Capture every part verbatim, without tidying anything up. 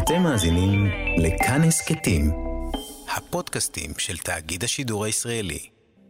אתם מאזינים לכאן הסכתים, הפודקאסטים של תאגיד השידור הישראלי.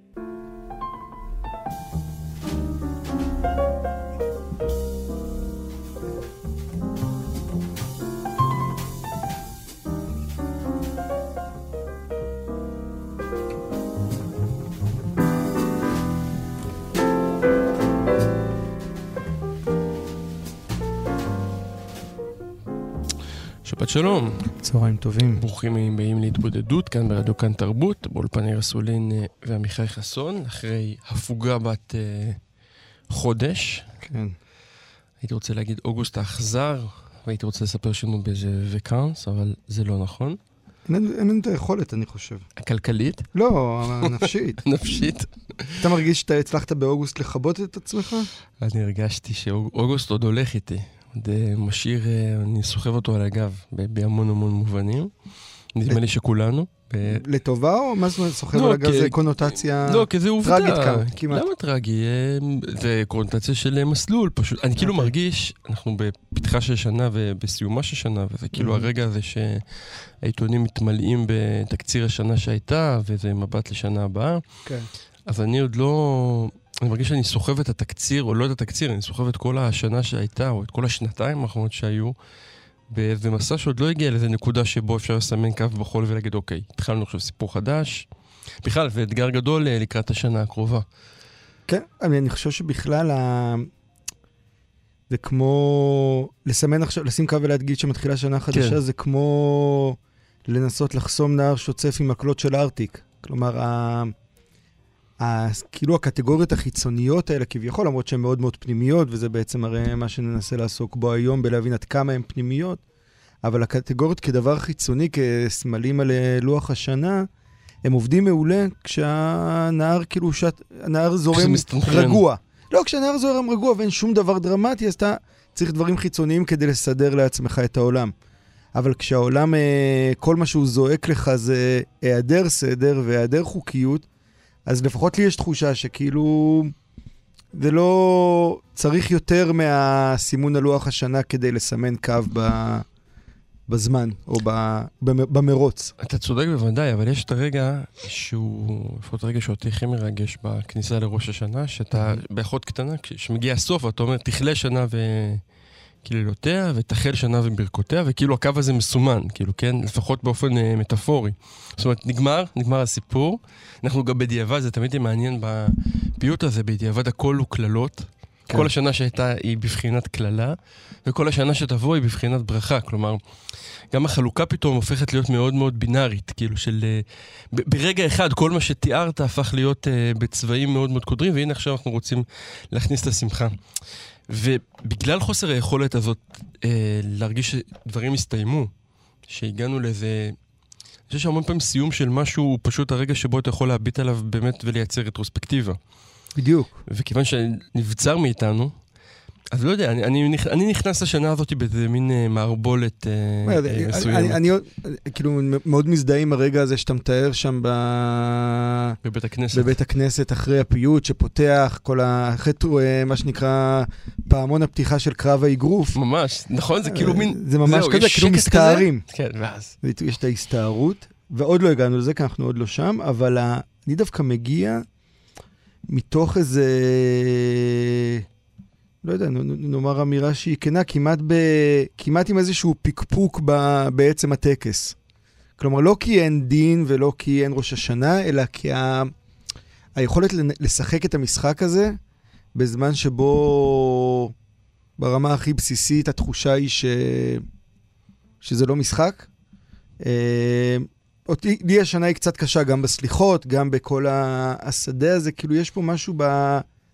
שבת שלום. צהריים טובים. ברוכים הבאים להתבודדות, כאן ברדיו כאן תרבות, באולפני רסולין ועמיחי חסון, אחרי הפוגה בת אה, חודש. כן. הייתי רוצה להגיד אוגוסט האחזר, והייתי רוצה לספר שלנו באיזה וקאנס, אבל זה לא נכון. אין לנו את היכולת, אני חושב. הכלכלית? לא, הנפשית. נפשית. אתה מרגיש שאתה הצלחת באוגוסט לחבות את עצמך? אני הרגשתי שאוגוסט עוד הולך איתי. עוד משאיר, אני סוחב אותו על הגב בהמון המון מובנים. נדמה לי שכולנו. לטובה או מה זאת אומרת סוחב על הגב? זה קונוטציה טרגית כאן, כמעט. למה טרגי? זה קונוטציה של מסלול פשוט. אני כאילו מרגיש, אנחנו בפתחה של שנה ובסיומה של שנה, וזה כאילו הרגע הזה שהעיתונים מתמלאים בתקציר השנה שהייתה, וזה מבט לשנה הבאה. אז אני עוד לא... אני מרגיש שאני סוחב את התקציר, או לא את התקציר, אני סוחב את כל השנה שהייתה, או את כל השנתיים האחרונות שהיו, באיזה מסע שעוד לא הגיע לאיזה נקודה שבו אפשר לסמן קו בחול ולהגיד, אוקיי, התחלנו עכשיו סיפור חדש. בכלל, זה אתגר גדול לקראת השנה הקרובה. כן, אני חושב שבכלל, זה כמו לסמן עכשיו, לשים קו ולהדגיד שמתחילה שנה חדשה, זה כמו לנסות לחסום נהר שוצף עם מקלות של ארטיק. כלומר, ה... כאילו הקטגוריות החיצוניות האלה כביכול, למרות שהן מאוד מאוד פנימיות, וזה בעצם הרי מה שננסה לעסוק בו היום, בלהבין עד כמה הן פנימיות, אבל הקטגוריות כדבר חיצוני, כסמלים על לוח השנה, הם עובדים מעולה כשהנהר כאילו, הנהר זורם רגוע. לא, כשהנהר זורם רגוע ואין שום דבר דרמטי, אז אתה צריך דברים חיצוניים כדי לסדר לעצמך את העולם. אבל כשהעולם, כל מה שהוא זועק לך זה היעדר סדר והיעדר חוקיות, אז לפחות לי יש תחושה שכאילו זה לא צריך יותר מהסימון הלוח השנה כדי לסמן קו ב... בזמן או ב... במרוץ. אתה צודק בוודאי, אבל יש את הרגע שהוא, לפחות הרגע שאותי הכי מרגש בכניסה לראש השנה, שאתה באחות קטנה, כשמגיע הסוף, אתה אומר, תכלה שנה וקללותיה, ותחל שנה וברכותיה, וכאילו הקו הזה מסומן, כאילו, כן? לפחות באופן אה, מטאפורי. זאת אומרת, נגמר, נגמר הסיפור. אנחנו גם בדיעבד, זה תמיד מעניין בפיוט הזה, בדיעבד הכל הוא כללות. כן. כל השנה שהייתה היא בבחינת כללה, וכל השנה שתבוא היא בבחינת ברכה. כלומר, גם החלוקה פתאום הופכת להיות מאוד מאוד בינארית, כאילו של... ב- ברגע אחד, כל מה שתיארת הפך להיות uh, בצבעים מאוד מאוד קודרים, והנה עכשיו אנחנו רוצים להכניס את השמחה. ובגלל חוסר היכולת הזאת אה, להרגיש שדברים הסתיימו, שהגענו לאיזה... אני חושב שהמון פעמים סיום של משהו הוא פשוט הרגע שבו אתה יכול להביט עליו באמת ולייצר רטרוספקטיבה. בדיוק. וכיוון שנבצר מאיתנו, אז לא יודע, אני, אני, אני נכנס לשנה הזאת באיזה מין אה, מערבולת אה, אה, מסוימת. אני, אני, אני כאילו מאוד מזדהה עם הרגע הזה שאתה מתאר שם ב... בבית הכנסת. בבית הכנסת אחרי הפיוט שפותח, כל החטו, אה, מה שנקרא, פעמון הפתיחה של קרב האגרוף. ממש, נכון? זה כאילו מין... זה ממש זהו, כזה, כאילו מסתערים. כן, ואז. יש את ההסתערות, ועוד לא הגענו לזה, כי אנחנו עוד לא שם, אבל אני דווקא מגיע מתוך איזה... לא יודע, נאמר אמירה שהיא כנה, כמעט, ב, כמעט עם איזשהו פיקפוק ב, בעצם הטקס. כלומר, לא כי אין דין ולא כי אין ראש השנה, אלא כי ה, היכולת לשחק את המשחק הזה, בזמן שבו ברמה הכי בסיסית התחושה היא ש, שזה לא משחק. אותי, לי השנה היא קצת קשה, גם בסליחות, גם בכל השדה הזה, כאילו יש פה משהו ב...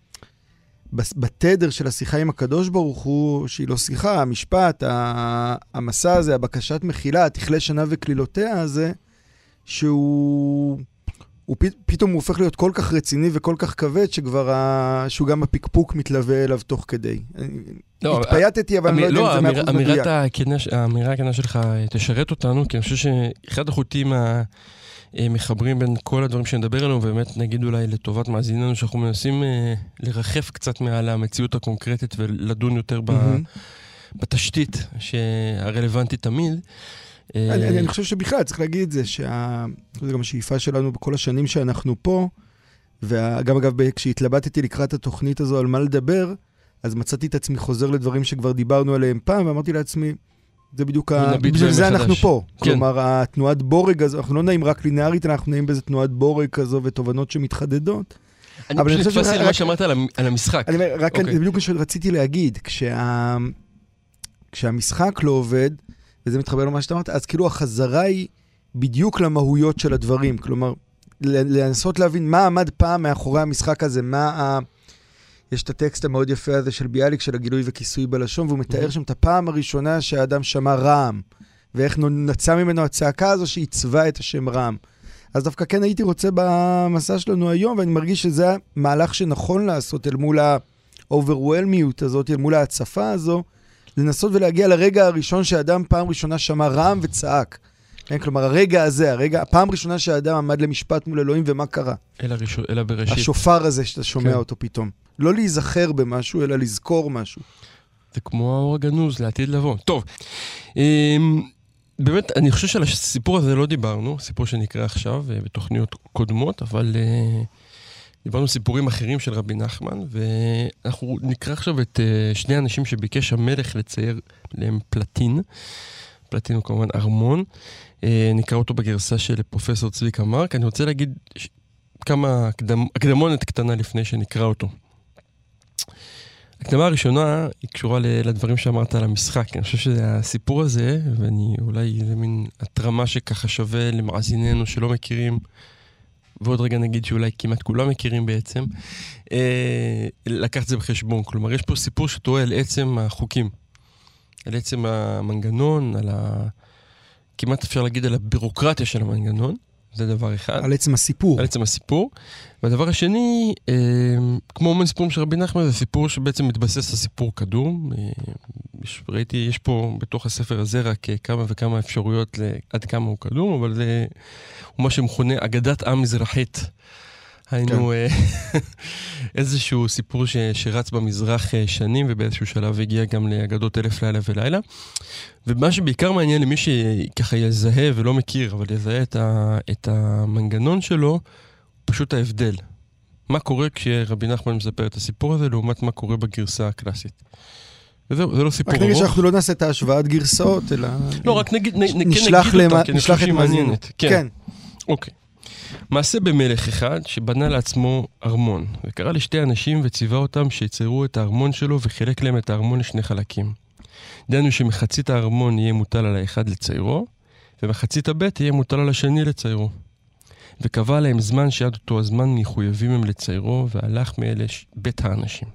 בתדר של השיחה עם הקדוש ברוך הוא, שהיא לא שיחה, המשפט, המסע הזה, הבקשת מחילה, תכלה שנה וכלילותיה הזה, שהוא הוא פתאום הוא הופך להיות כל כך רציני וכל כך כבד, שכבר ה, שהוא גם הפיקפוק מתלווה אליו תוך כדי. לא, התפייתתי, אבל אני לא יודע אם זה מאחוז מדויק. האמירה הכנה שלך תשרת אותנו, כי אני חושב שאחד החוטים מחברים בין כל הדברים שנדבר עלינו, ובאמת נגיד אולי לטובת מאזיננו, שאנחנו מנסים לרחף קצת מעל המציאות הקונקרטית, ולדון יותר בתשתית שהרלוונטית תמיד. אני, אני חושב שבכלל צריך להגיד את זה, שה... זה גם השאיפה שלנו בכל השנים שאנחנו פה, וגם אגב, כשהתלבטתי לקראת התוכנית הזו על מה לדבר, אז מצאתי את עצמי חוזר לדברים שכבר דיברנו עליהם פעם, ואמרתי לעצמי, זה בדיוק, ה... בשביל זה אנחנו פה. כן. כלומר, התנועת בורג הזו, אנחנו לא נעים רק לינארית, אנחנו נעים באיזה תנועת בורג כזו ותובנות שמתחדדות. אני פשוט נתפסתי על מה שאמרת על המשחק. אני אומר, רק זה בדיוק מה שרציתי להגיד, כשהמשחק לא עובד, וזה מתחבר למה שאתה אמרת, אז כאילו החזרה היא בדיוק למהויות של הדברים. כלומר, לנסות להבין מה עמד פעם מאחורי המשחק הזה, מה ה... יש את הטקסט המאוד יפה הזה של ביאליק, של הגילוי וכיסוי בלשון, והוא מתאר שם את הפעם הראשונה שהאדם שמע רעם, ואיך נצא ממנו הצעקה הזו שעיצבה את השם רעם. אז דווקא כן הייתי רוצה במסע שלנו היום, ואני מרגיש שזה המהלך שנכון לעשות אל מול האוברוולמיות הזאת, אל מול ההצפה הזו, לנסות ולהגיע לרגע הראשון שהאדם פעם ראשונה שמע רעם וצעק. כן, כלומר, הרגע הזה, הרגע, הפעם ראשונה שהאדם עמד למשפט מול אלוהים, ומה קרה? אלא, ראשון, אלא בראשית. השופר הזה שאתה שומע כן. אותו פתאום. לא להיזכר במשהו, אלא לזכור משהו. זה כמו האור הגנוז, לעתיד לבוא. טוב, באמת, אני חושב שעל הסיפור הזה לא דיברנו, סיפור שנקרא עכשיו בתוכניות קודמות, אבל דיברנו סיפורים אחרים של רבי נחמן, ואנחנו נקרא עכשיו את שני האנשים שביקש המלך לצייר להם פלטין. פלטין הוא כמובן ארמון. נקרא אותו בגרסה של פרופסור צביקה מרק. אני רוצה להגיד כמה הקדמונת קטנה לפני שנקרא אותו. הקדמה הראשונה היא קשורה לדברים שאמרת על המשחק. אני חושב שהסיפור הזה, ואני אולי זה מין התרמה שככה שווה למאזיננו שלא מכירים, ועוד רגע נגיד שאולי כמעט כולם מכירים בעצם, אה, לקחת את זה בחשבון. כלומר, יש פה סיפור שטועה על עצם החוקים, על עצם המנגנון, על ה... כמעט אפשר להגיד על הבירוקרטיה של המנגנון. זה דבר אחד. על עצם הסיפור. על עצם הסיפור. והדבר השני, אה, כמו אומן סיפורים של רבי נחמן, זה סיפור שבעצם מתבסס על סיפור קדום. אה, יש, ראיתי, יש פה בתוך הספר הזה רק כמה וכמה אפשרויות עד כמה הוא קדום, אבל זה הוא מה שמכונה אגדת עם מזרחית. היינו כן. אה, איזשהו סיפור ש, שרץ במזרח שנים, ובאיזשהו שלב הגיע גם לאגדות אלף לילה ולילה. ומה שבעיקר מעניין למי שככה יזהה ולא מכיר, אבל יזהה את, ה, את המנגנון שלו, פשוט ההבדל. מה קורה כשרבי נחמן מספר את הסיפור הזה, לעומת מה קורה בגרסה הקלאסית. וזהו, זה לא סיפור ארוך. רק נגיד שאנחנו לא נעשה את ההשוואת גרסאות, אלא... לא, רק נגיד, נ, נשלח נגיד אותה, כי אני חושב שהיא מעניינת. כן. כן. אוקיי. מעשה במלך אחד שבנה לעצמו ארמון, וקרא לשתי אנשים וציווה אותם שיצרו את הארמון שלו וחילק להם את הארמון לשני חלקים. דהיינו שמחצית הארמון יהיה מוטל על האחד לציירו, ומחצית הבית יהיה מוטל על השני לציירו. וקבע להם זמן שעד אותו הזמן מחויבים הם לציירו, והלך מאלה בית האנשים.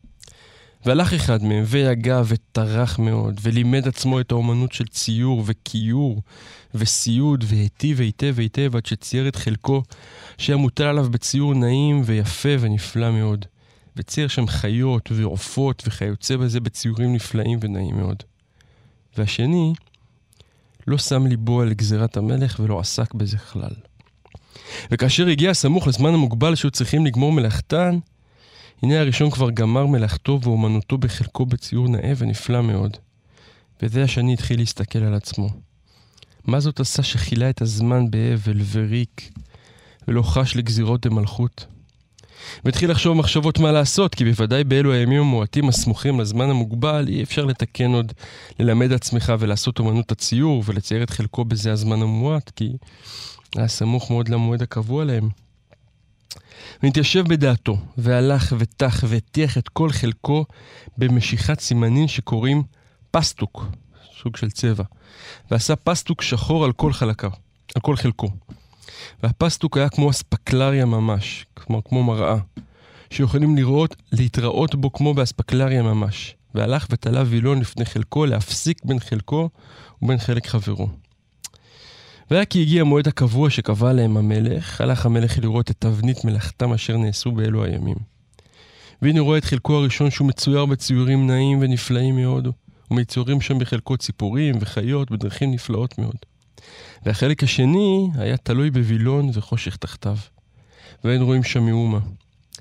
והלך אחד מהם ויגע וטרח מאוד, ולימד עצמו את האומנות של ציור וקיור וסיוד, והיטיב היטב היטב עד שצייר את חלקו, שהיה מוטל עליו בציור נעים ויפה ונפלא מאוד. וצייר שם חיות ועופות וכיוצא בזה בציורים נפלאים ונעים מאוד. והשני לא שם ליבו על גזירת המלך ולא עסק בזה כלל. וכאשר הגיע סמוך לזמן המוגבל שהוא צריכים לגמור מלאכתן, הנה הראשון כבר גמר מלאכתו ואומנותו בחלקו בציור נאה ונפלא מאוד. וזה השני התחיל להסתכל על עצמו. מה זאת עשה שחילה את הזמן באבל וריק, ולא חש לגזירות דמלכות? והתחיל לחשוב מחשבות מה לעשות, כי בוודאי באלו הימים המועטים הסמוכים לזמן המוגבל, אי אפשר לתקן עוד, ללמד עצמך ולעשות אומנות הציור, ולצייר את חלקו בזה הזמן המועט, כי היה סמוך מאוד למועד הקבוע להם. ונתיישב בדעתו, והלך ותח והטיח את כל חלקו במשיכת סימנים שקוראים פסטוק, סוג של צבע. ועשה פסטוק שחור על כל חלקה, על כל חלקו. והפסטוק היה כמו אספקלריה ממש, כלומר כמו מראה, שיכולים לראות, להתראות בו כמו באספקלריה ממש. והלך ותלה וילון לפני חלקו להפסיק בין חלקו ובין חלק חברו. והיה כי הגיע המועד הקבוע שקבע להם המלך, הלך המלך לראות את תבנית מלאכתם אשר נעשו באלו הימים. והנה רואה את חלקו הראשון שהוא מצויר בציורים נעים ונפלאים מאוד, ומצוירים שם בחלקו ציפורים וחיות בדרכים נפלאות מאוד. והחלק השני היה תלוי בווילון וחושך תחתיו. ואין רואים שם מאומה.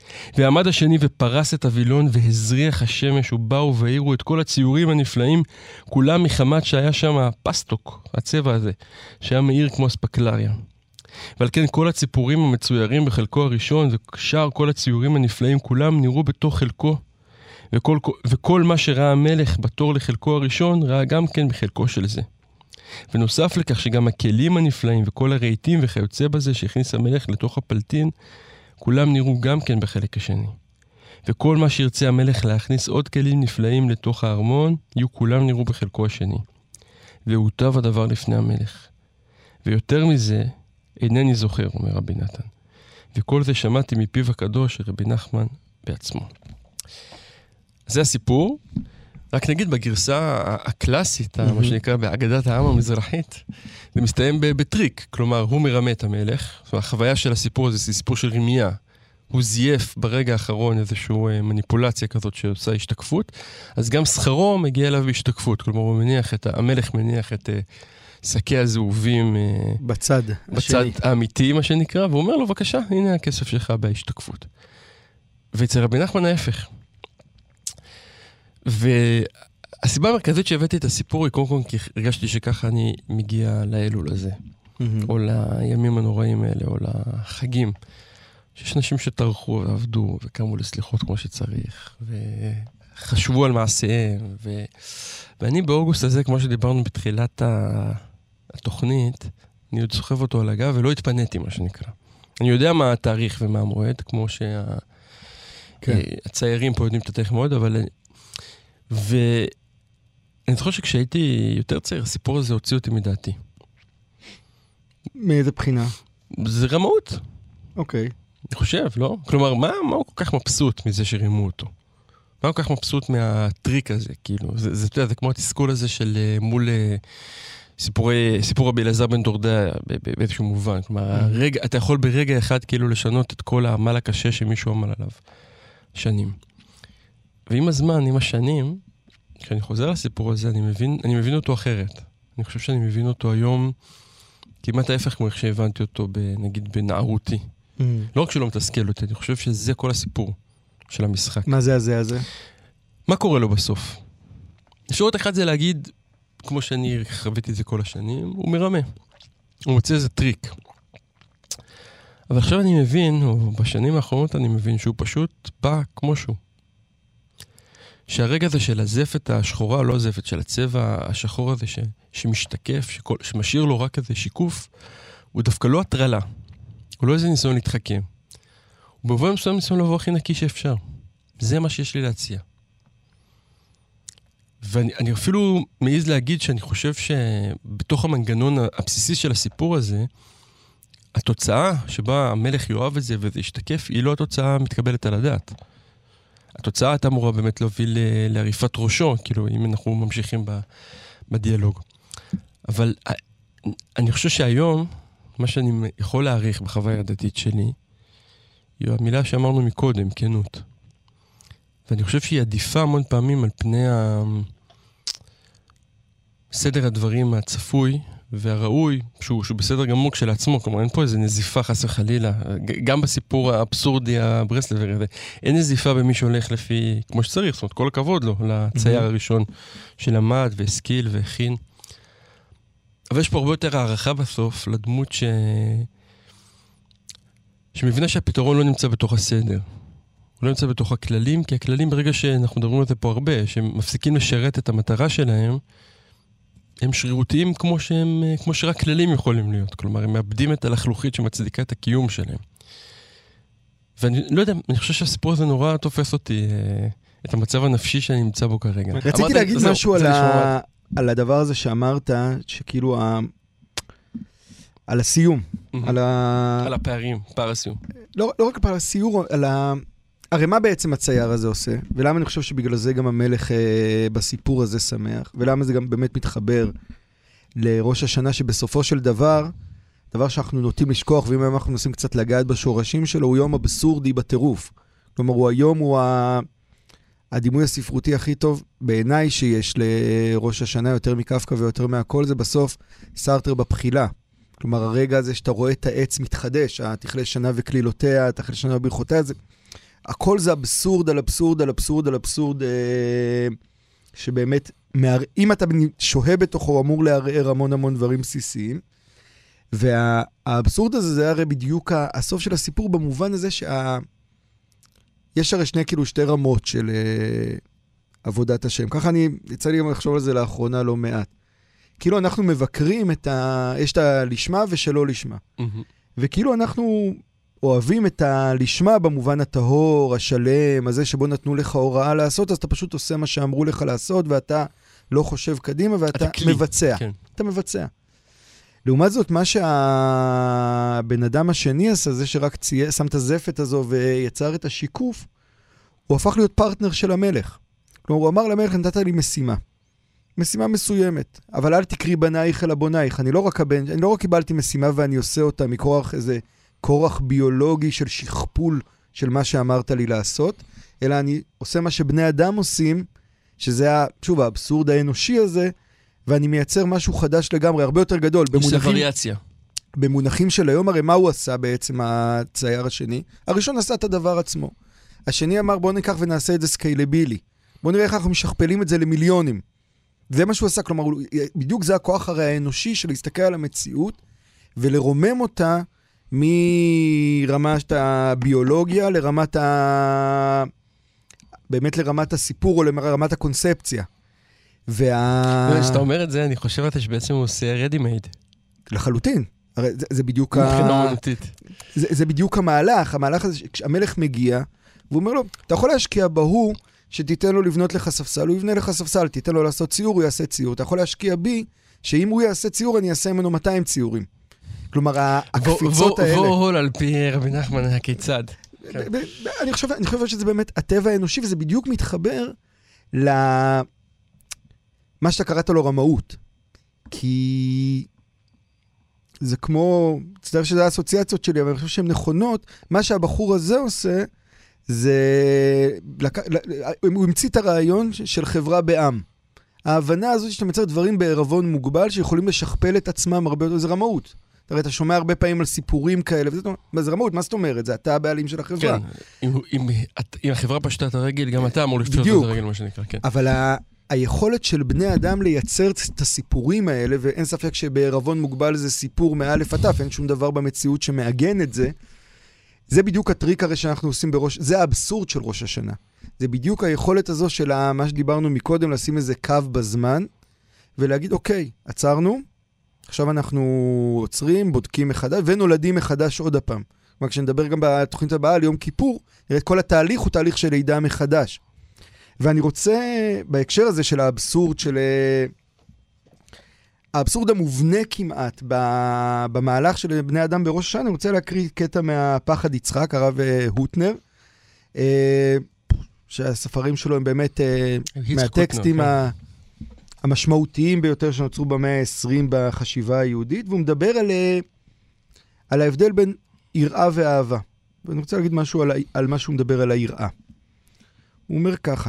ועמד השני ופרס את הווילון והזריח השמש, ובאו והעירו את כל הציורים הנפלאים, כולם מחמת שהיה שם הפסטוק, הצבע הזה, שהיה מאיר כמו אספקלריה. ועל כן כל הציפורים המצוירים בחלקו הראשון, ושאר כל הציורים הנפלאים, כולם נראו בתוך חלקו, וכל, וכל מה שראה המלך בתור לחלקו הראשון, ראה גם כן בחלקו של זה. ונוסף לכך שגם הכלים הנפלאים וכל הרהיטים וכיוצא בזה שהכניס המלך לתוך הפלטין, כולם נראו גם כן בחלק השני. וכל מה שירצה המלך להכניס עוד כלים נפלאים לתוך הארמון, יהיו כולם נראו בחלקו השני. והוטב הדבר לפני המלך. ויותר מזה, אינני זוכר, אומר רבי נתן. וכל זה שמעתי מפיו הקדוש של רבי נחמן בעצמו. זה הסיפור. רק נגיד בגרסה הקלאסית, mm-hmm. מה שנקרא באגדת העם המזרחית, זה מסתיים בטריק. כלומר, הוא מרמה את המלך. זאת אומרת, החוויה של הסיפור הזה זה סיפור של רמיה. הוא זייף ברגע האחרון איזושהי מניפולציה כזאת שעושה השתקפות. אז גם שכרו מגיע אליו בהשתקפות. כלומר, הוא מניח את, המלך מניח את שקי הזהובים בצד, בצד האמיתי, מה שנקרא, והוא אומר לו, בבקשה, הנה הכסף שלך בהשתקפות. ואצל רבי נחמן ההפך. והסיבה המרכזית שהבאתי את הסיפור היא קודם כל כי הרגשתי שככה אני מגיע לאלול הזה, mm-hmm. או לימים הנוראים האלה, או לחגים. שיש אנשים שטרחו ועבדו וקמו לסליחות כמו שצריך, וחשבו על מעשיהם. ו... ואני באוגוסט הזה, כמו שדיברנו בתחילת התוכנית, אני עוד סוחב אותו על הגב ולא התפניתי, מה שנקרא. אני יודע מה התאריך ומה המועד, כמו שהציירים פה יודעים את התאריך מאוד, אבל... ואני זוכר שכשהייתי יותר צעיר, הסיפור הזה הוציא אותי מדעתי. מאיזה בחינה? זה רמאות. אוקיי. אני חושב, לא? כלומר, מה, מה הוא כל כך מבסוט מזה שרימו אותו? מה הוא כל כך מבסוט מהטריק הזה? כאילו, זה, זה, זה, זה כמו התסכול הזה של מול סיפורי, סיפור רבי אלעזר בן דורדיה באיזשהו מובן. כלומר, הרגע, אתה יכול ברגע אחד כאילו לשנות את כל העמל הקשה שמישהו עמל עליו שנים. ועם הזמן, עם השנים, כשאני חוזר לסיפור הזה, אני מבין, אני מבין אותו אחרת. אני חושב שאני מבין אותו היום כמעט ההפך כמו איך שהבנתי אותו, נגיד, בנערותי. Mm. לא רק שלא מתסכל אותי, אני חושב שזה כל הסיפור של המשחק. מה זה הזה הזה? מה קורה לו בסוף? שורות אחד זה להגיד, כמו שאני חוויתי את זה כל השנים, הוא מרמה. הוא מוצא איזה טריק. אבל עכשיו אני מבין, או בשנים האחרונות אני מבין שהוא פשוט בא כמו שהוא. שהרגע הזה של הזפת השחורה, לא הזפת של הצבע השחור הזה ש, שמשתקף, שכל, שמשאיר לו רק איזה שיקוף, הוא דווקא לא הטרלה. הוא לא איזה ניסיון להתחכם. הוא במובן מסוים ניסיון לבוא הכי נקי שאפשר. זה מה שיש לי להציע. ואני אפילו מעיז להגיד שאני חושב שבתוך המנגנון הבסיסי של הסיפור הזה, התוצאה שבה המלך יאהב את זה וזה ישתקף, היא לא התוצאה מתקבלת על הדעת. התוצאה הייתה אמורה באמת להוביל לעריפת ראשו, כאילו, אם אנחנו ממשיכים בדיאלוג. אבל אני חושב שהיום, מה שאני יכול להעריך בחוויה הדתית שלי, היא המילה שאמרנו מקודם, כנות. ואני חושב שהיא עדיפה המון פעמים על פני סדר הדברים הצפוי והראוי, שהוא, שהוא בסדר גמור כשלעצמו, כלומר אין פה איזה נזיפה חס וחלילה, גם בסיפור האבסורדי הברסלבר הזה, אין נזיפה במי שהולך לפי, כמו שצריך, זאת אומרת, כל הכבוד לו, לצייר הראשון שלמד והשכיל והכין. אבל יש פה הרבה יותר הערכה בסוף לדמות ש... שמבינה שהפתרון לא נמצא בתוך הסדר. הוא לא נמצא בתוך הכללים, כי הכללים ברגע שאנחנו מדברים על זה פה הרבה, שהם מפסיקים לשרת את המטרה שלהם, הם שרירותיים כמו שהם, כמו שרק כללים יכולים להיות. כלומר, הם מאבדים את הלחלוכית שמצדיקה את הקיום שלהם. ואני לא יודע, אני חושב שהסיפור הזה נורא תופס אותי, את המצב הנפשי שאני נמצא בו כרגע. רציתי להגיד משהו על, ה... על הדבר הזה שאמרת, שכאילו, ה... על הסיום. על, ה... על הפערים, פער הסיום. לא, לא רק פער הסיום, על ה... הרי מה בעצם הצייר הזה עושה? ולמה אני חושב שבגלל זה גם המלך אה, בסיפור הזה שמח? ולמה זה גם באמת מתחבר לראש השנה שבסופו של דבר, דבר שאנחנו נוטים לשכוח, ואם אנחנו מנסים קצת לגעת בשורשים שלו, הוא יום אבסורדי בטירוף. כלומר, הוא היום הוא ה... הדימוי הספרותי הכי טוב בעיניי שיש לראש השנה, יותר מקפקא ויותר מהכל, זה בסוף סארטר בבחילה. כלומר, הרגע הזה שאתה רואה את העץ מתחדש, התכלה שנה וכלילותיה, התכלה שנה וברכותיה, זה... הכל זה אבסורד על אבסורד על אבסורד על אבסורד, אה, שבאמת, מער... אם אתה שוהה בתוכו, הוא אמור לערער המון המון דברים בסיסיים. והאבסורד הזה, זה הרי בדיוק הסוף של הסיפור, במובן הזה שה... יש הרי שני, כאילו, שתי רמות של אה, עבודת השם. ככה אני, יצא לי גם לחשוב על זה לאחרונה לא מעט. כאילו אנחנו מבקרים את ה... יש את הלשמה ושלא לשמה. Mm-hmm. וכאילו אנחנו אוהבים את הלשמה במובן הטהור, השלם, הזה שבו נתנו לך הוראה לעשות, אז אתה פשוט עושה מה שאמרו לך לעשות, ואתה לא חושב קדימה, ואתה מבצע. כן. אתה מבצע. לעומת זאת, מה שהבן אדם השני עשה, זה שרק צייה, שם את הזפת הזו ויצר את השיקוף, הוא הפך להיות פרטנר של המלך. כלומר, הוא אמר למלך, נתת לי משימה. משימה מסוימת, אבל אל תקרי בנייך אלא בונייך. אני לא רק הבן, אני לא רק קיבלתי משימה ואני עושה אותה מכורח איזה כורח ביולוגי של שכפול של מה שאמרת לי לעשות, אלא אני עושה מה שבני אדם עושים, שזה, שוב, האבסורד האנושי הזה, ואני מייצר משהו חדש לגמרי, הרבה יותר גדול. עושה וריאציה. במונחים של היום, הרי מה הוא עשה בעצם הצייר השני? הראשון עשה את הדבר עצמו. השני אמר, בוא ניקח ונעשה את זה סקיילבילי. בוא נראה איך אנחנו משכפלים את זה למיליונים. זה מה שהוא עשה, כלומר, בדיוק זה הכוח הרי האנושי של להסתכל על המציאות, ולרומם אותה מרמת הביולוגיה לרמת ה... באמת לרמת הסיפור או לרמת הקונספציה. וה... כשאתה אומר את זה, אני חושב אתה שבעצם הוא עושה ready-made. לחלוטין. הרי זה, זה בדיוק מבחינה אומנותית. זה, זה בדיוק המהלך. המהלך הזה, כשהמלך מגיע, והוא אומר לו, אתה יכול להשקיע בהוא, שתיתן לו לבנות לך ספסל, הוא יבנה לך ספסל, תיתן לו לעשות ציור, הוא יעשה ציור. אתה יכול להשקיע בי, שאם הוא יעשה ציור, אני אעשה ממנו מאתיים ציורים. כלומר, הקפיצות האלה... והול על פי רבי נחמן, הכיצד. אני חושב, אני חושב שזה באמת הטבע האנושי, וזה בדיוק מתחבר למה שאתה קראת לו רמאות. כי זה כמו, תצטער שזה האסוציאציות שלי, אבל אני חושב שהן נכונות. מה שהבחור הזה עושה, זה... הוא המציא את הרעיון של חברה בעם. ההבנה הזאת שאתה מצא דברים בערבון מוגבל, שיכולים לשכפל את עצמם הרבה יותר, זה רמאות. הרי אתה שומע הרבה פעמים על סיפורים כאלה, וזה רמאות, מה זאת אומרת? זה אתה הבעלים של החברה. כן, אם החברה פשטה את הרגל, גם אתה אמור לפשוט את הרגל, מה שנקרא, כן. אבל היכולת של בני אדם לייצר את הסיפורים האלה, ואין ספק שבערבון מוגבל זה סיפור מאלף עד תף, אין שום דבר במציאות שמעגן את זה, זה בדיוק הטריק הרי שאנחנו עושים בראש, זה האבסורד של ראש השנה. זה בדיוק היכולת הזו של מה שדיברנו מקודם, לשים איזה קו בזמן, ולהגיד, אוקיי, עצרנו, עכשיו אנחנו עוצרים, בודקים מחדש, ונולדים מחדש עוד הפעם. כלומר, כשנדבר גם בתוכנית הבאה על יום כיפור, נראה את כל התהליך הוא תהליך של לידה מחדש. ואני רוצה, בהקשר הזה של האבסורד, של האבסורד המובנה כמעט, במהלך של בני אדם בראש השנה, אני רוצה להקריא קטע מהפחד יצחק, הרב הוטנר, שהספרים שלו הם באמת מהטקסטים ה... המשמעותיים ביותר שנוצרו במאה ה-עשרים בחשיבה היהודית, והוא מדבר על, על ההבדל בין יראה ואהבה. ואני רוצה להגיד משהו על, על מה שהוא מדבר על היראה. הוא אומר ככה,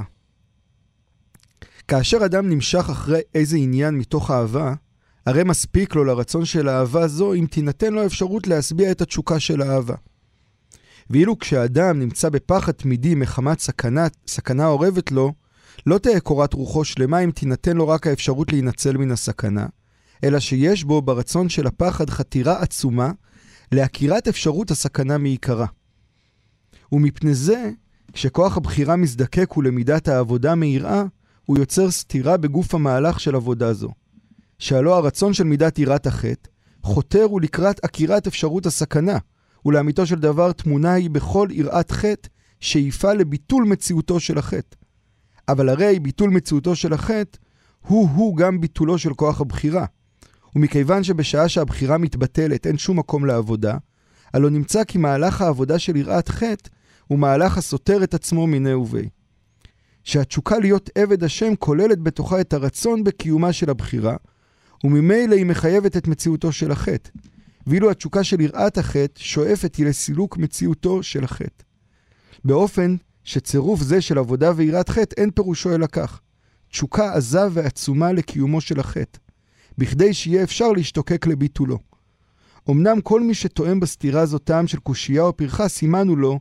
כאשר אדם נמשך אחרי איזה עניין מתוך אהבה, הרי מספיק לו לרצון של האהבה זו, אם תינתן לו אפשרות להסביע את התשוקה של האהבה. ואילו כשאדם נמצא בפחד תמידי מחמת סכנה, סכנה עורבת לו, לא תהיה קורת רוחו שלמה אם תינתן לו רק האפשרות להינצל מן הסכנה, אלא שיש בו ברצון של הפחד חתירה עצומה להכירת אפשרות הסכנה מעיקרה. ומפני זה, כשכוח הבחירה מזדקק ולמידת העבודה מהיראה, הוא יוצר סתירה בגוף המהלך של עבודה זו. שעלו הרצון של מידת יראת החטא, חותר הוא לקראת הכירת אפשרות הסכנה, ולאמיתו של דבר תמונה היא בכל יראת חטא, שאיפה לביטול מציאותו של החטא. אבל הרי ביטול מציאותו של החטא, הוא-הוא גם ביטולו של כוח הבחירה. ומכיוון שבשעה שהבחירה מתבטלת אין שום מקום לעבודה, הלא נמצא כי מהלך העבודה של יראת חטא, הוא מהלך הסותר את עצמו מיני ובי. שהתשוקה להיות עבד השם כוללת בתוכה את הרצון בקיומה של הבחירה, וממילא היא מחייבת את מציאותו של החטא. ואילו התשוקה של יראת החטא שואפת היא לסילוק מציאותו של החטא. באופן שצירוף זה של עבודה ויראת חטא אין פירושו אלא כך. תשוקה עזה ועצומה לקיומו של החטא, בכדי שיהיה אפשר להשתוקק לביטולו. אמנם כל מי שטועם בסתירה זו טעם של קושייה או פרחה, סימנו לו,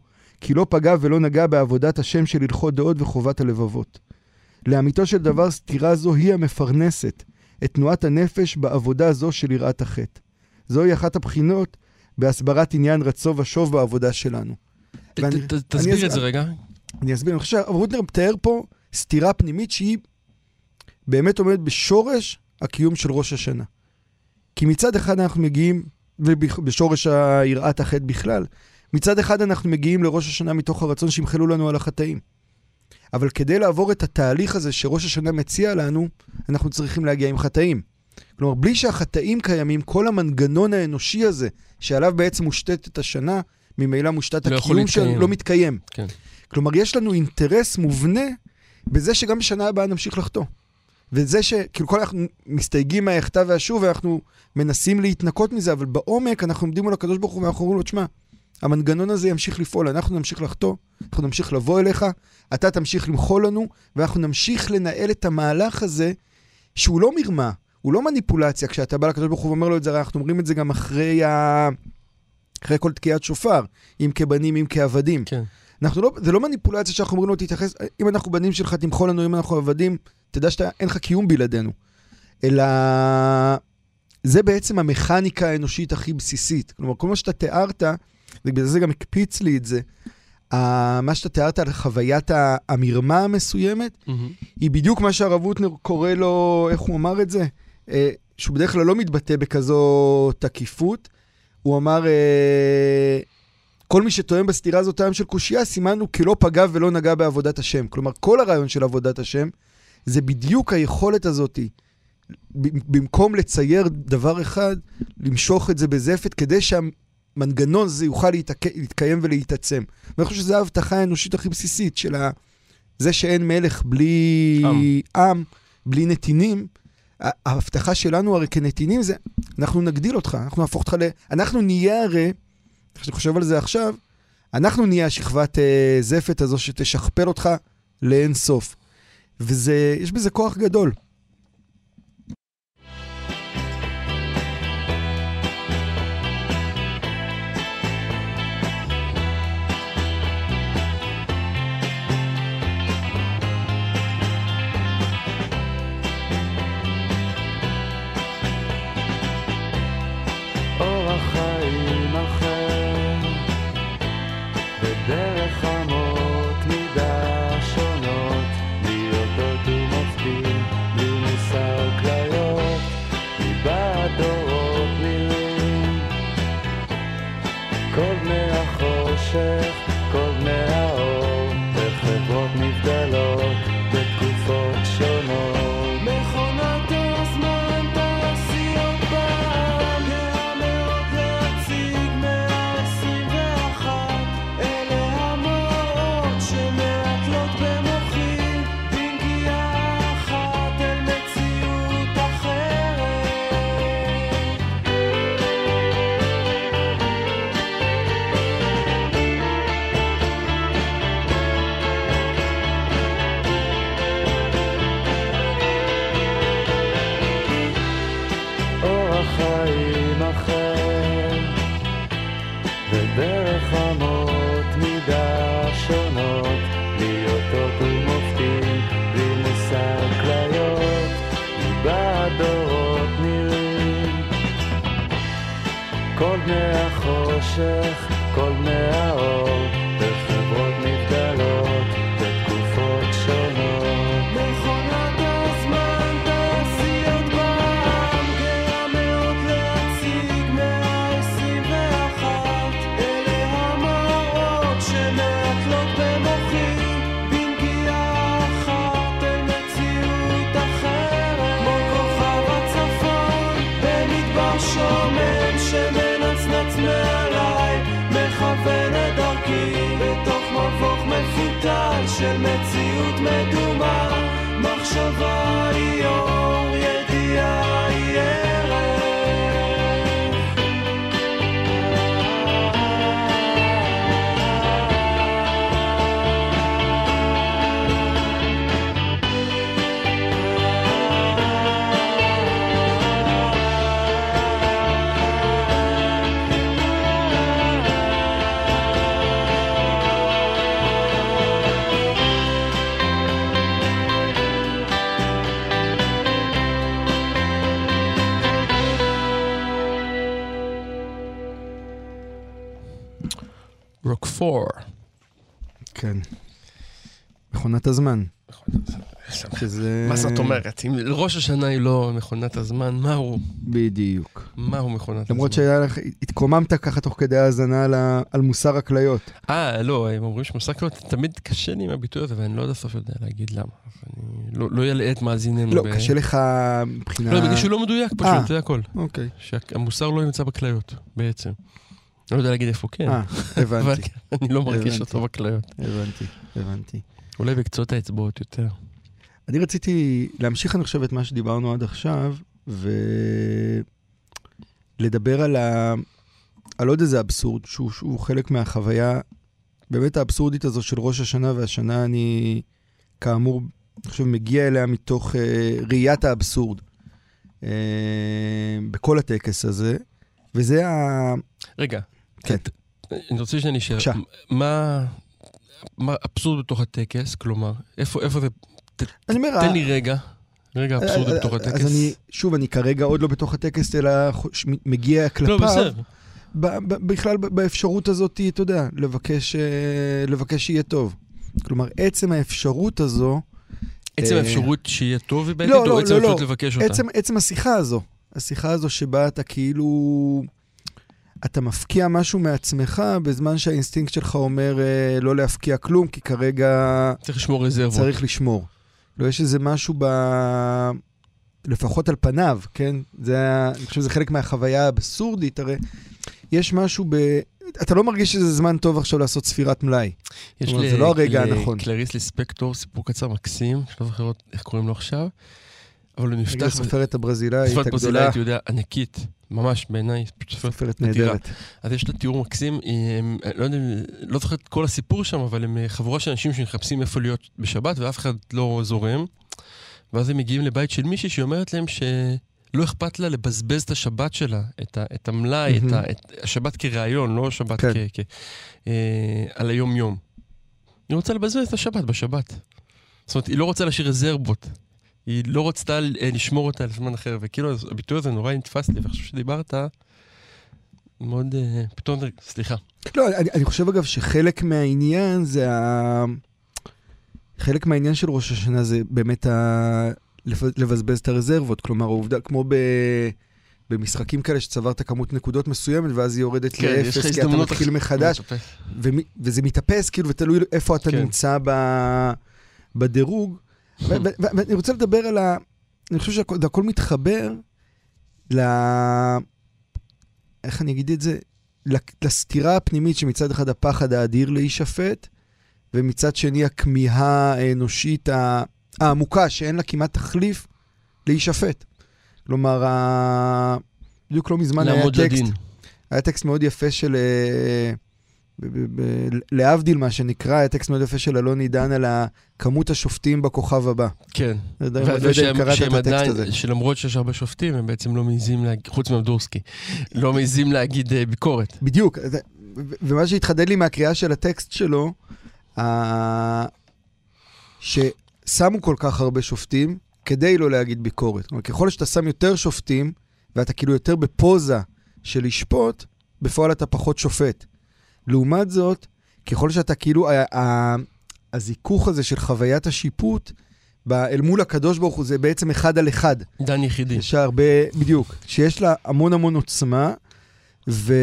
כי לא פגע ולא נגע בעבודת השם של הלכות דעות וחובת הלבבות. לאמיתו של דבר, סתירה זו היא המפרנסת את תנועת הנפש בעבודה זו של יראת החטא. זוהי אחת הבחינות בהסברת עניין רצו ושוב בעבודה שלנו. תסביר את זה רגע. אני אסביר. אני חושב שהרב רוטנר מתאר פה סתירה פנימית שהיא באמת עומדת בשורש הקיום של ראש השנה. כי מצד אחד אנחנו מגיעים, ובשורש יראת החטא בכלל, מצד אחד אנחנו מגיעים לראש השנה מתוך הרצון שימחלו לנו על החטאים. אבל כדי לעבור את התהליך הזה שראש השנה מציע לנו, אנחנו צריכים להגיע עם חטאים. כלומר, בלי שהחטאים קיימים, כל המנגנון האנושי הזה, שעליו בעצם מושתת את השנה, ממילא מושתת לא הקיום שלנו, לא מתקיים. כן. כלומר, יש לנו אינטרס מובנה בזה שגם בשנה הבאה נמשיך לחטוא. וזה שכאילו כל אנחנו מסתייגים מהיחטא והשוב, ואנחנו מנסים להתנקות מזה, אבל בעומק אנחנו עומדים מול הקדוש ברוך הוא, ואנחנו אומרים לו, תשמע, המנגנון הזה ימשיך לפעול, אנחנו נמשיך לחטוא, אנחנו נמשיך לבוא אליך, אתה תמשיך למחול לנו, ואנחנו נמשיך לנהל את המהלך הזה, שהוא לא מרמה, הוא לא מניפולציה. כשאתה בא לקדוש ברוך הוא ואומר לו את זה, אנחנו אומרים את זה גם אחרי, ה... אחרי כל תקיעת שופר, אם כבנים, אם כעבדים. כן. אנחנו לא, זה לא מניפולציה שאנחנו אומרים לו, תתייחס, אם אנחנו בנים שלך, תמחול לנו, אם אנחנו עבדים, תדע שאתה, אין לך קיום בלעדינו. אלא, זה בעצם המכניקה האנושית הכי בסיסית. כלומר, כל מה שאתה תיארת, ובגלל זה גם הקפיץ לי את זה, מה שאתה תיארת על חוויית המרמה המסוימת, mm-hmm. היא בדיוק מה שהרב רוטנר קורא לו, איך הוא אמר את זה? שהוא בדרך כלל לא מתבטא בכזו תקיפות. הוא אמר, כל מי שטועם בסתירה הזאת טעם של קושייה, סימנו כי לא פגע ולא נגע בעבודת השם. כלומר, כל הרעיון של עבודת השם, זה בדיוק היכולת הזאת, במקום לצייר דבר אחד, למשוך את זה בזפת, כדי שהמנגנון הזה יוכל להתקיים ולהתעצם. ואני חושב שזו ההבטחה האנושית הכי בסיסית, של זה שאין מלך בלי עם, עם בלי נתינים. ההבטחה שלנו הרי כנתינים זה, אנחנו נגדיל אותך, אנחנו נהפוך אותך ל... אנחנו נהיה הרי, כשאני חושב על זה עכשיו, אנחנו נהיה השכבת אה, זפת הזו שתשכפל אותך לאין סוף. וזה, יש בזה כוח גדול. של מציאות מדומה, מחשבה היא אור, ידיעה היא ערך. רוקפור. כן. מכונת הזמן. שזה... מה זאת אומרת? אם ראש השנה היא לא מכונת הזמן, מה הוא? בדיוק. מה הוא מכונת הזמן? למרות שהתקוממת ככה תוך כדי ההאזנה על מוסר הכליות. אה, לא, הם אומרים שמוסר הכליות, תמיד קשה לי עם הביטוי הזה, ואני לא יודע סוף יודע להגיד למה. אני לא ילאה את מאזיננו. לא, קשה לך מבחינה... לא, בגלל שהוא לא מדויק פשוט, זה הכל. אוקיי. שהמוסר לא ימצא בכליות, בעצם. אני לא יודע להגיד איפה כן. אה, הבנתי. אני לא מרגיש אותו בכליות. הבנתי, הבנתי. אולי בקצות האצבעות יותר. אני רציתי להמשיך, אני חושב, את מה שדיברנו עד עכשיו, ולדבר על, ה... על עוד איזה אבסורד, שהוא, שהוא חלק מהחוויה, באמת האבסורדית הזו של ראש השנה, והשנה אני, כאמור, אני חושב, מגיע אליה מתוך אה, ראיית האבסורד, אה, בכל הטקס הזה, וזה ה... רגע, כן. אני רוצה שאני אשאר. מה... מה אבסורד בתוך הטקס? כלומר, איפה, איפה זה... אני אומר, תן לי רגע, רגע אבסורד בתוך הטקס. אז אני, שוב, אני כרגע עוד לא בתוך הטקס, אלא מגיע כלפיו. לא, בסדר. בכלל, באפשרות הזאת, אתה יודע, לבקש, לבקש שיהיה טוב. כלומר, עצם האפשרות הזו... עצם האפשרות שיהיה טוב היא בעצם, או עצם האפשרות לבקש אותה? עצם השיחה הזו. השיחה הזו שבה אתה כאילו... אתה מפקיע משהו מעצמך, בזמן שהאינסטינקט שלך אומר לא להפקיע כלום, כי כרגע... צריך לשמור רזרבות. צריך לשמור. לא, יש איזה משהו ב... לפחות על פניו, כן? זה, אני חושב שזה חלק מהחוויה האבסורדית, הרי יש משהו ב... אתה לא מרגיש שזה זמן טוב עכשיו לעשות ספירת מלאי. יש לי... זה לא הרגע הנכון. קלריס ליספקטור, סיפור קצר מקסים, שלא זוכר איך קוראים לו עכשיו, אבל הוא נפתח... סופרת הברזילאית הגדולה. סופרת ברזילאית, יהודה, ענקית, ממש בעיניי. סופרת נהדרת. אז יש לה תיאור מקסים, הם, לא יודע, לא זוכר את כל הסיפור שם, אבל הם חבורה של אנשים שמחפשים איפה להיות בשבת, ואף אחד לא זורם. ואז הם מגיעים לבית של מישהי שאומרת להם שלא אכפת לה לבזבז את השבת שלה, את, ה, את המלאי, mm-hmm. את, ה, את השבת כרעיון, לא השבת כן. כ, כ, אה, על היום יום. היא רוצה לבזבז את השבת בשבת. זאת אומרת, היא לא רוצה להשאיר רזרבות. היא לא רצתה לשמור אותה לזמן אחר, וכאילו הביטוי הזה נורא נתפס לי, ואני חושב שדיברת מאוד, פתאום, סליחה. לא, אני, אני חושב אגב שחלק מהעניין זה ה... חלק מהעניין של ראש השנה זה באמת ה... לבזבז את הרזרבות, כלומר העובדה, כמו ב... במשחקים כאלה שצברת כמות נקודות מסוימת, ואז היא יורדת כן, לאפס, כי אתה מתחיל מחדש, ו... וזה מתאפס, כאילו, ותלוי איפה אתה כן. נמצא ב... בדירוג, ואני רוצה לדבר על ה... אני חושב שהכל מתחבר ל... איך אני אגיד את זה? לסתירה הפנימית שמצד אחד הפחד האדיר להישפט, ומצד שני הכמיהה האנושית העמוקה, שאין לה כמעט תחליף להישפט. כלומר, בדיוק לא מזמן היה טקסט, היה טקסט מאוד יפה של... להבדיל מה שנקרא, היה טקסט מאוד יפה של אלון עידן על כמות השופטים בכוכב הבא. כן. ושהם עדיין, שלמרות שיש הרבה שופטים, הם בעצם לא מעיזים להגיד, חוץ ממדורסקי, לא מעיזים להגיד ביקורת. בדיוק. ומה שהתחדד לי מהקריאה של הטקסט שלו, ששמו כל כך הרבה שופטים, כדי לא להגיד ביקורת. כלומר, ככל שאתה שם יותר שופטים, ואתה כאילו יותר בפוזה של לשפוט, בפועל אתה פחות שופט. לעומת זאת, ככל שאתה כאילו, הזיכוך הזה של חוויית השיפוט, אל מול הקדוש ברוך הוא, זה בעצם אחד על אחד. דן יחידי. יש הרבה, בדיוק, שיש לה המון המון עוצמה, ו...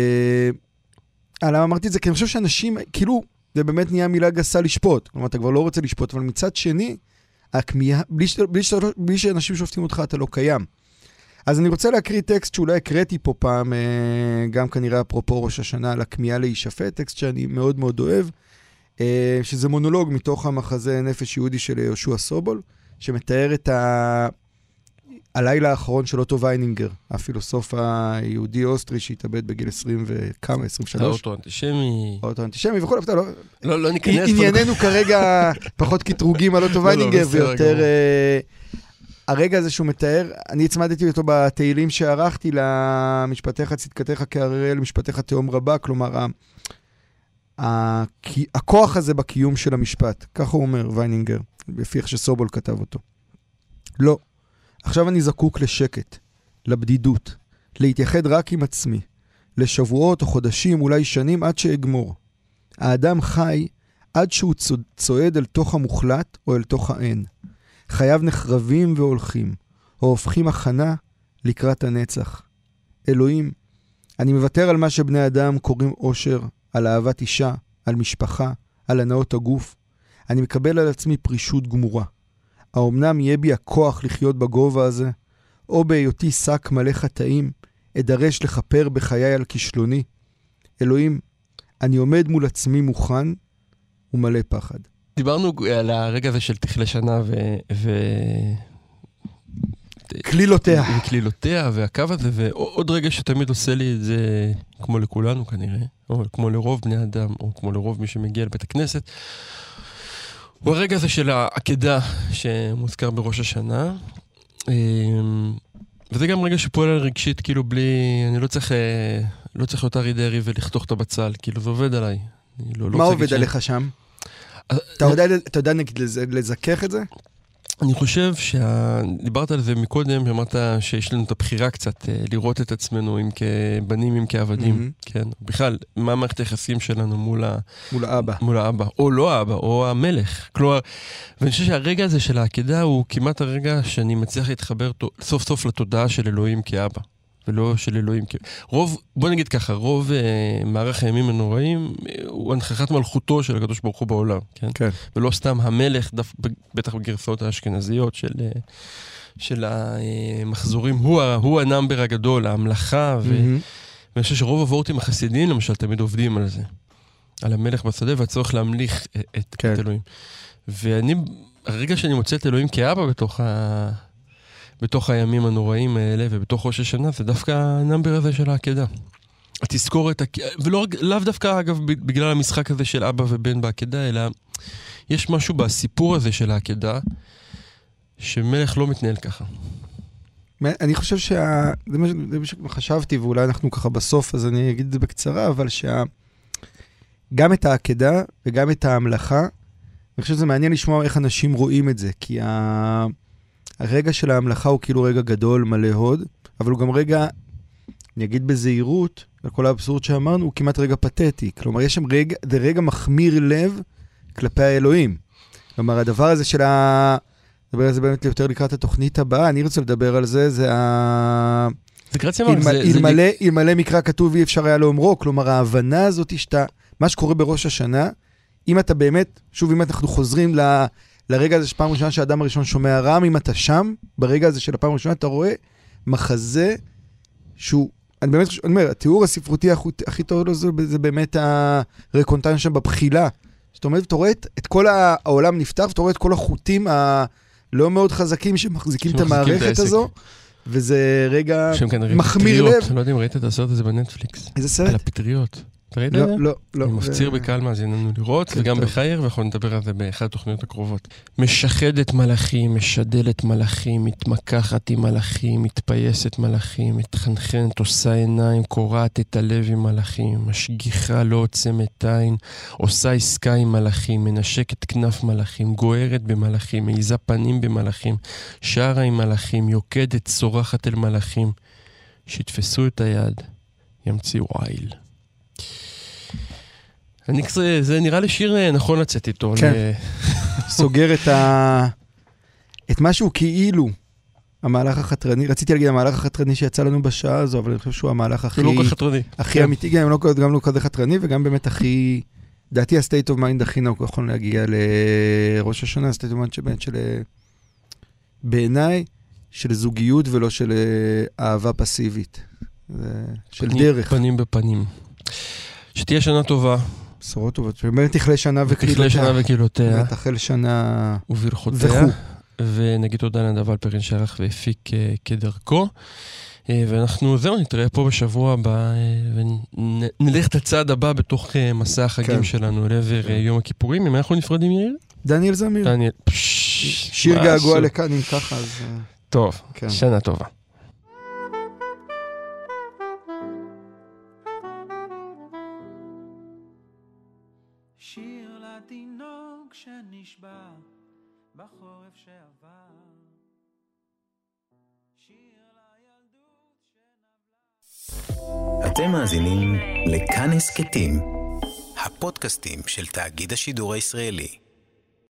למה אמרתי את זה? כי אני חושב שאנשים, כאילו, זה באמת נהיה מילה גסה לשפוט. כלומר, אתה כבר לא רוצה לשפוט, אבל מצד שני, הכמיהה, בלי, בלי, בלי שאנשים שופטים אותך, אתה לא קיים. אז אני רוצה להקריא טקסט שאולי הקראתי פה פעם, גם כנראה אפרופו ראש השנה, על הכמיהה להישפט, טקסט שאני מאוד מאוד אוהב, שזה מונולוג מתוך המחזה נפש יהודי של יהושע סובול, שמתאר את ה... הלילה האחרון של אוטו ויינינגר, הפילוסוף היהודי אוסטרי שהתאבד בגיל עשרים וכמה, עשרים ושלוש. האוטו אנטישמי. האוטו אנטישמי וכל הפתע, לא... לא, לא ניכנס. ענייננו כרגע פחות כתרוגים על אוטו ויינינגר, ויותר... הרגע הזה שהוא מתאר, אני הצמדתי אותו בתהילים שערכתי למשפטיך צדקתך כהררי למשפטיך תהום רבה, כלומר, הכוח הזה בקיום של המשפט, ככה הוא אומר ויינינגר, לפי איך שסובול כתב אותו. לא. עכשיו אני זקוק לשקט, לבדידות, להתייחד רק עם עצמי, לשבועות או חודשים, אולי שנים, עד שאגמור. האדם חי עד שהוא צועד אל תוך המוחלט או אל תוך האין. חייו נחרבים והולכים, או הופכים הכנה לקראת הנצח. אלוהים, אני מוותר על מה שבני אדם קוראים אושר, על אהבת אישה, על משפחה, על הנאות הגוף. אני מקבל על עצמי פרישות גמורה. האומנם יהיה בי הכוח לחיות בגובה הזה, או בהיותי שק מלא חטאים, אדרש לחפר בחיי על כישלוני. אלוהים, אני עומד מול עצמי מוכן ומלא פחד. דיברנו על הרגע הזה של תכלה שנה ו... ו... כלילותיה. וכלילותיה, והקו הזה, ועוד רגע שתמיד עושה לי את זה, כמו לכולנו כנראה, או כמו לרוב בני אדם, או כמו לרוב מי שמגיע לבית הכנסת, הוא הרגע הזה של העקדה שמוזכר בראש השנה, וזה גם רגע שפועל על רגשית, כאילו בלי, אני לא צריך, לא צריך להיות ארי דרי ולכתוך את הבצל, כאילו זה עובד עליי. לא, מה לא עובד עליך שם? אתה יודע, אתה יודע נגיד לזכך את זה? אני חושב שדיברת על זה מקודם, שאמרת שיש לנו את הבחירה קצת לראות את עצמנו אם כבנים, אם כעבדים, כן? בכלל, מה מערכת היחסים שלנו מול מול האבא. מול האבא, או לא האבא, או המלך. כלומר, ואני חושב שהרגע הזה של העקדה הוא כמעט הרגע שאני מצליח להתחבר סוף סוף לתודעה של אלוהים כאבא. ולא של אלוהים. רוב, בוא נגיד ככה, רוב אה, מערך הימים הנוראים הוא הנכחת מלכותו של הקדוש ברוך הוא בעולם, כן? כן. ולא סתם המלך, דף, בטח בגרסאות האשכנזיות של, של המחזורים, הוא, הוא הנאמבר הגדול, ההמלכה, ו... mm-hmm. ואני חושב שרוב הוורטים החסידיים, למשל, תמיד עובדים על זה. על המלך בשדה והצורך להמליך את, כן. את אלוהים. ואני, הרגע שאני מוצא את אלוהים כאבא בתוך ה... בתוך הימים הנוראים האלה, ובתוך ראש השנה, זה דווקא הנאמבר הזה של העקדה. התזכור את, ולא לאו דווקא, אגב, בגלל המשחק הזה של אבא ובן בעקדה, אלא יש משהו בסיפור הזה של העקדה, שמלך לא מתנהל ככה. אני חושב שה... זה מה שחשבתי, ואולי אנחנו ככה בסוף, אז אני אגיד את זה בקצרה, אבל שה... גם את העקדה וגם את ההמלכה, אני חושב שזה מעניין לשמוע איך אנשים רואים את זה, כי ה... הרגע של ההמלכה הוא כאילו רגע גדול, מלא הוד, אבל הוא גם רגע, אני אגיד בזהירות, על כל האבסורד שאמרנו, הוא כמעט רגע פתטי. כלומר, יש שם רגע, זה רגע מחמיר לב כלפי האלוהים. כלומר, הדבר הזה של ה... לדבר על זה באמת יותר לקראת התוכנית הבאה, אני רוצה לדבר על זה, זה ה... זה קרציה אמר, זה... אלמלא מקרא כתוב אי אפשר היה לאומרו, כלומר, ההבנה הזאת שאתה, מה שקורה בראש השנה, אם אתה באמת, שוב, אם אנחנו חוזרים ל... לרגע הזה שפעם ראשונה שהאדם הראשון שומע רעם, אם אתה שם, ברגע הזה של הפעם הראשונה, אתה רואה מחזה שהוא, אני באמת חושב, אני אומר, התיאור הספרותי הכי טוב לו זה באמת הרקונטן שם בבחילה. זאת אומרת, אתה רואה את כל העולם נפתח, ואתה רואה את כל החוטים הלא מאוד חזקים שמחזיקים את המערכת הזו, וזה רגע מחמיר לב. אני לא יודע אם ראית את הסרט הזה בנטפליקס. איזה סרט? על הפטריות. לא, לא, לא. אני מפציר בקהל מאזיננו לראות, וגם בחייר, ואנחנו נדבר על זה באחת התוכניות הקרובות. משחדת מלאכים, משדלת מלאכים, מתמקחת עם מלאכים, מתפייסת מלאכים, מתחנחנת, עושה עיניים, קורעת את הלב עם מלאכים, משגיחה לא עוצמת עין, עושה עסקה עם מלאכים, מנשקת כנף מלאכים, גוערת במלאכים, מעיזה פנים במלאכים, שרה עם מלאכים, יוקדת, צורחת אל מלאכים, שיתפסו את היד, ימציאו עיל. אני כזה, זה נראה לי שיר נכון לצאת איתו. כן. סוגר את ה... את משהו כאילו המהלך החתרני, רציתי להגיד המהלך החתרני שיצא לנו בשעה הזו, אבל אני חושב שהוא המהלך הכי... לא כל חתרני. הכי אמיתי, גם לא כזה חתרני, וגם באמת הכי... דעתי ה-state of mind הכי נאו יכול להגיע לראש השנה, ה-state of mind שבאמת של... בעיניי, של זוגיות ולא של אהבה פסיבית. של דרך. פנים בפנים. שתהיה שנה טובה. בשורות טובות. שבאמת תכלה שנה וקלילותיה. תכלה שנה וקלילותיה. ותחל שנה... וברכותיה. ונגיד תודה לנדב אלפרין שערך והפיק כדרכו. ואנחנו, זהו, נתראה פה בשבוע הבא, ונלך את הצעד הבא בתוך מסע החגים שלנו, לעבר יום הכיפורים. אם אנחנו נפרדים, יאיר? דניאל זמיר. דניאל. שיר געגוע לכאן, אם ככה, אז... טוב, שנה טובה. שיר לתינוק שנשבע בחורף שעבר, שיר לילדות שנבלה. אתם מאזינים לכאן הסכתים, הפודקאסטים של תאגיד השידור הישראלי.